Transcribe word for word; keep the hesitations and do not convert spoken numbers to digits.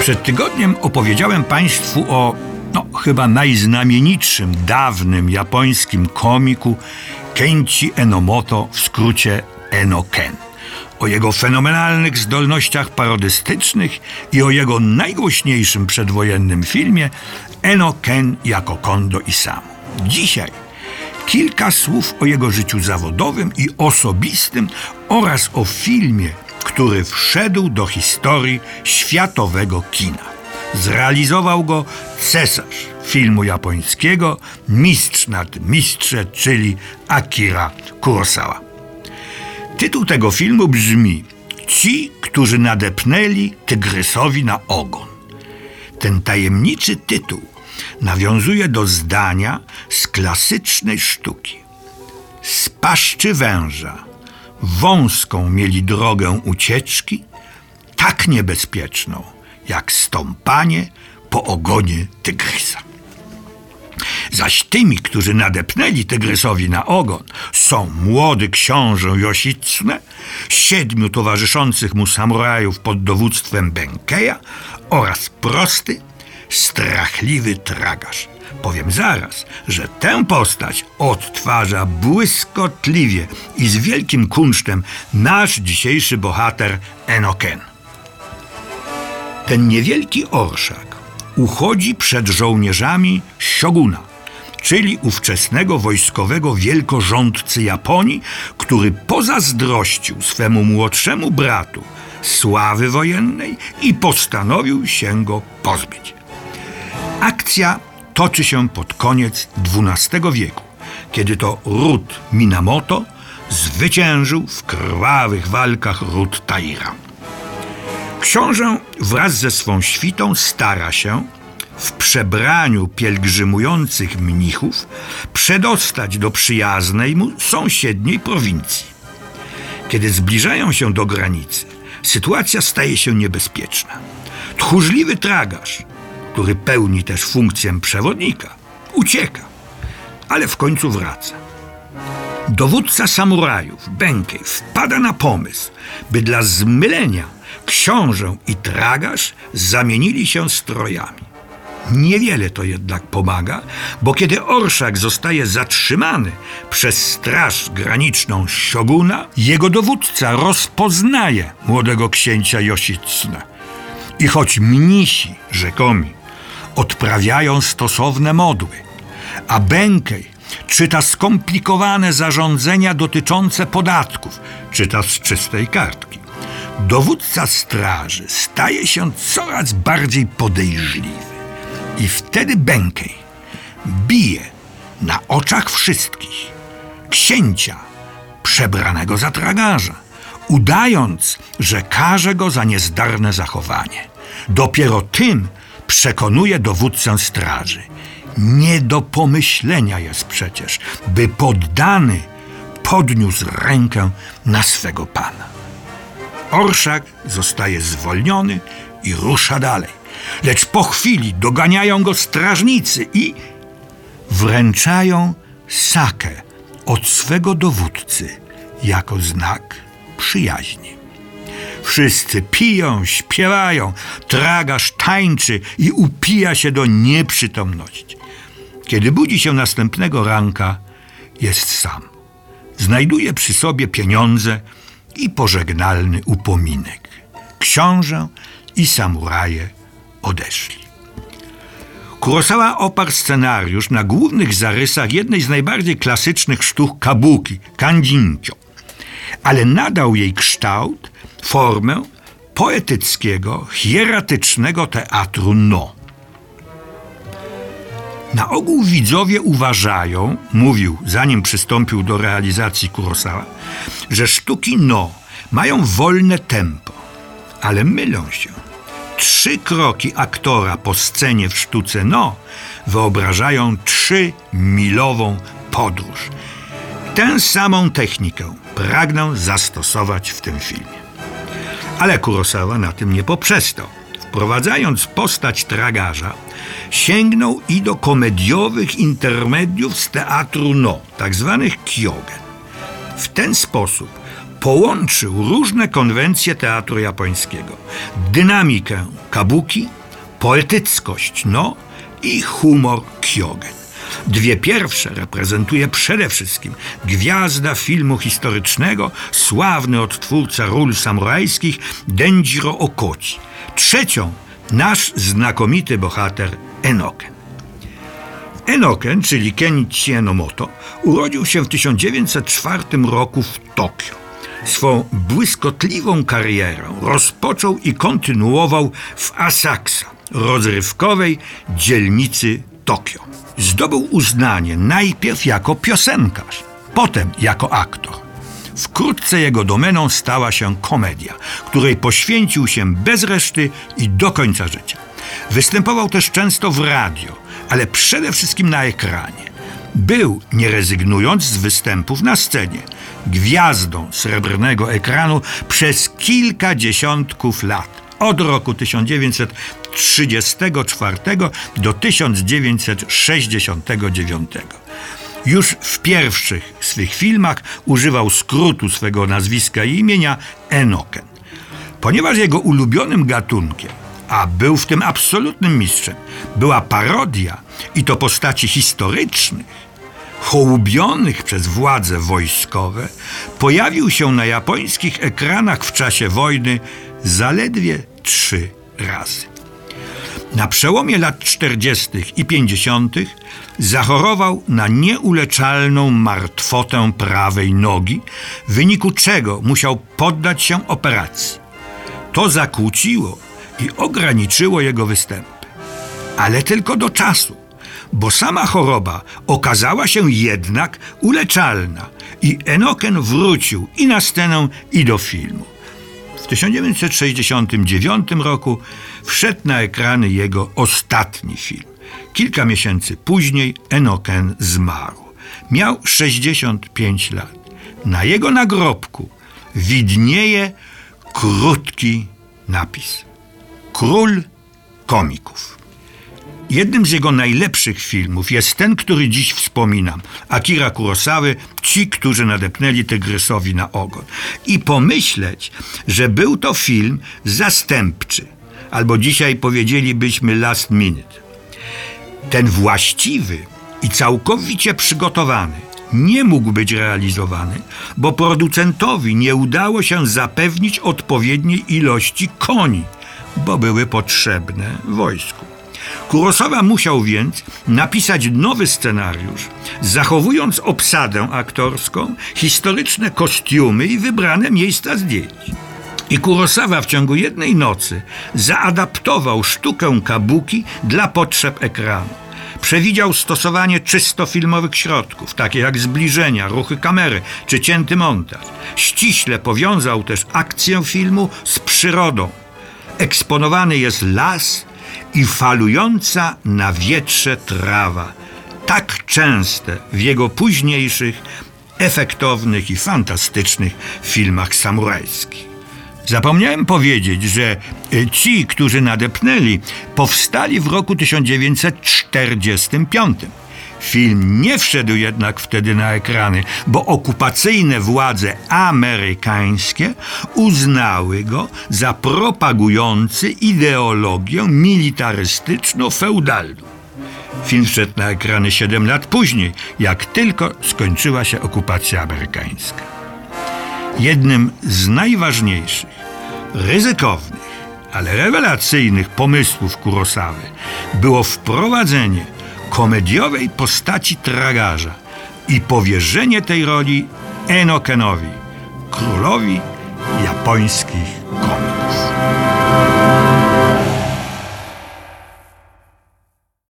Przed tygodniem opowiedziałem Państwu o, no, chyba najznamienitszym, dawnym japońskim komiku Kenji Enomoto, w skrócie Eno Ken. O jego fenomenalnych zdolnościach parodystycznych i o jego najgłośniejszym przedwojennym filmie Eno Ken jako Kondo Isamu. Dzisiaj kilka słów o jego życiu zawodowym i osobistym oraz o filmie, który wszedł do historii światowego kina. Zrealizował go cesarz filmu japońskiego, mistrz nad mistrze, czyli Akira Kurosawa. Tytuł tego filmu brzmi Ci, którzy nadepnęli tygrysowi na ogon. Ten tajemniczy tytuł nawiązuje do zdania z klasycznej sztuki. Z paszczy węża wąską mieli drogę ucieczki, tak niebezpieczną, jak stąpanie po ogonie tygrysa. Zaś tymi, którzy nadepnęli tygrysowi na ogon, są młody książę Yoshitsune, siedmiu towarzyszących mu samurajów pod dowództwem Benkeja oraz prosty, strachliwy tragarz. Powiem zaraz, że tę postać odtwarza błyskotliwie i z wielkim kunsztem nasz dzisiejszy bohater Eno Ken. Ten niewielki orszak uchodzi przed żołnierzami Shoguna, czyli ówczesnego wojskowego wielkorządcy Japonii, który pozazdrościł swemu młodszemu bratu sławy wojennej i postanowił się go pozbyć. Akcja toczy się pod koniec dwunastego wieku, kiedy to ród Minamoto zwyciężył w krwawych walkach ród Taira. Książę wraz ze swą świtą stara się w przebraniu pielgrzymujących mnichów przedostać do przyjaznej mu sąsiedniej prowincji. Kiedy zbliżają się do granicy, sytuacja staje się niebezpieczna. Tchórzliwy tragarz, który pełni też funkcję przewodnika, ucieka, ale w końcu wraca. Dowódca samurajów, Benkei, wpada na pomysł, by dla zmylenia książę i tragarz zamienili się strojami. Niewiele to jednak pomaga, bo kiedy orszak zostaje zatrzymany przez straż graniczną Shoguna, jego dowódca rozpoznaje młodego księcia Yoshitsune. I choć mnisi rzekomi odprawiają stosowne modły, a Benkei czyta skomplikowane zarządzenia dotyczące podatków, czyta z czystej kartki, dowódca straży staje się coraz bardziej podejrzliwy. I wtedy Benkei bije na oczach wszystkich księcia przebranego za tragarza, udając, że karze go za niezdarne zachowanie. Dopiero tym przekonuje dowódcę straży. Nie do pomyślenia jest przecież, by poddany podniósł rękę na swego pana. Orszak zostaje zwolniony i rusza dalej. Lecz po chwili doganiają go strażnicy i wręczają sakę od swego dowódcy jako znak przyjaźni. Wszyscy piją, śpiewają, tragarz tańczy i upija się do nieprzytomności. Kiedy budzi się następnego ranka, jest sam. Znajduje przy sobie pieniądze i pożegnalny upominek. Książę i samuraje odeszli. Kurosawa oparł scenariusz na głównych zarysach jednej z najbardziej klasycznych sztuk kabuki, kanjinkyo, ale nadał jej kształt, formę poetyckiego, hieratycznego teatru no. Na ogół widzowie uważają, mówił zanim przystąpił do realizacji Kurosawa, że sztuki no mają wolne tempo, ale mylą się. Trzy kroki aktora po scenie w sztuce no wyobrażają trzymilową podróż. Tę samą technikę pragnę zastosować w tym filmie. Ale Kurosawa na tym nie poprzestał. Wprowadzając postać tragarza, sięgnął i do komediowych intermediów z teatru no, tak zwanych kyogen. W ten sposób Połączył różne konwencje teatru japońskiego, dynamikę kabuki, poetyckość no i humor kyogen. Dwie pierwsze reprezentuje przede wszystkim gwiazda filmu historycznego, sławny odtwórca ról samurajskich Denjiro Okoci. Trzecią nasz znakomity bohater Enoken. Enoken, czyli Kenichi Enomoto, urodził się w tysiąc dziewięćset czwartym roku w Tokio. Swą błyskotliwą karierę rozpoczął i kontynuował w Asakusa, rozrywkowej dzielnicy Tokio. Zdobył uznanie najpierw jako piosenkarz, potem jako aktor. Wkrótce jego domeną stała się komedia, której poświęcił się bez reszty i do końca życia. Występował też często w radio, ale przede wszystkim na ekranie. Był, nie rezygnując z występów na scenie, gwiazdą srebrnego ekranu przez kilka dziesiątków lat. Od roku tysiąc dziewięćset trzydziestego czwartego do tysiąc dziewięćset sześćdziesiątego dziewiątego. Już w pierwszych swych filmach używał skrótu swego nazwiska i imienia Enoken. Ponieważ jego ulubionym gatunkiem, a był w tym absolutnym mistrzem, była parodia i to postaci historycznych, hołubionych przez władze wojskowe, pojawił się na japońskich ekranach w czasie wojny zaledwie trzy razy. Na przełomie lat czterdziestych i pięćdziesiątych zachorował na nieuleczalną martwotę prawej nogi, w wyniku czego musiał poddać się operacji. To zakłóciło i ograniczyło jego występy. Ale tylko do czasu, bo sama choroba okazała się jednak uleczalna i Enoken wrócił i na scenę, i do filmu. W tysiąc dziewięćset sześćdziesiątym dziewiątym roku wszedł na ekrany jego ostatni film. Kilka miesięcy później Enoken zmarł. Miał sześćdziesiąt pięć lat. Na jego nagrobku widnieje krótki napis: Król komików. Jednym z jego najlepszych filmów jest ten, który dziś wspominam. Akira Kurosawy, Ci, którzy nadepnęli tygrysowi na ogon. I pomyśleć, że był to film zastępczy, albo dzisiaj powiedzielibyśmy last minute. Ten właściwy i całkowicie przygotowany nie mógł być realizowany, bo producentowi nie udało się zapewnić odpowiedniej ilości koni, bo były potrzebne wojsku. Kurosawa musiał więc napisać nowy scenariusz, zachowując obsadę aktorską, historyczne kostiumy i wybrane miejsca zdjęć. I Kurosawa w ciągu jednej nocy zaadaptował sztukę kabuki dla potrzeb ekranu. Przewidział stosowanie czysto filmowych środków, takie jak zbliżenia, ruchy kamery czy cięty montaż. Ściśle powiązał też akcję filmu z przyrodą. Eksponowany jest las i falująca na wietrze trawa, tak częste w jego późniejszych, efektownych i fantastycznych filmach samurajskich. Zapomniałem powiedzieć, że Ci, którzy nadepnęli, powstali w roku tysiąc dziewięćset czterdziestym piątym. Film nie wszedł jednak wtedy na ekrany, bo okupacyjne władze amerykańskie uznały go za propagujący ideologię militarystyczno-feudalną. Film wszedł na ekrany siedem lat później, jak tylko skończyła się okupacja amerykańska. Jednym z najważniejszych, ryzykownych, ale rewelacyjnych pomysłów Kurosawy było wprowadzenie komediowej postaci tragarza i powierzenie tej roli Enokenowi, królowi japońskich komedii.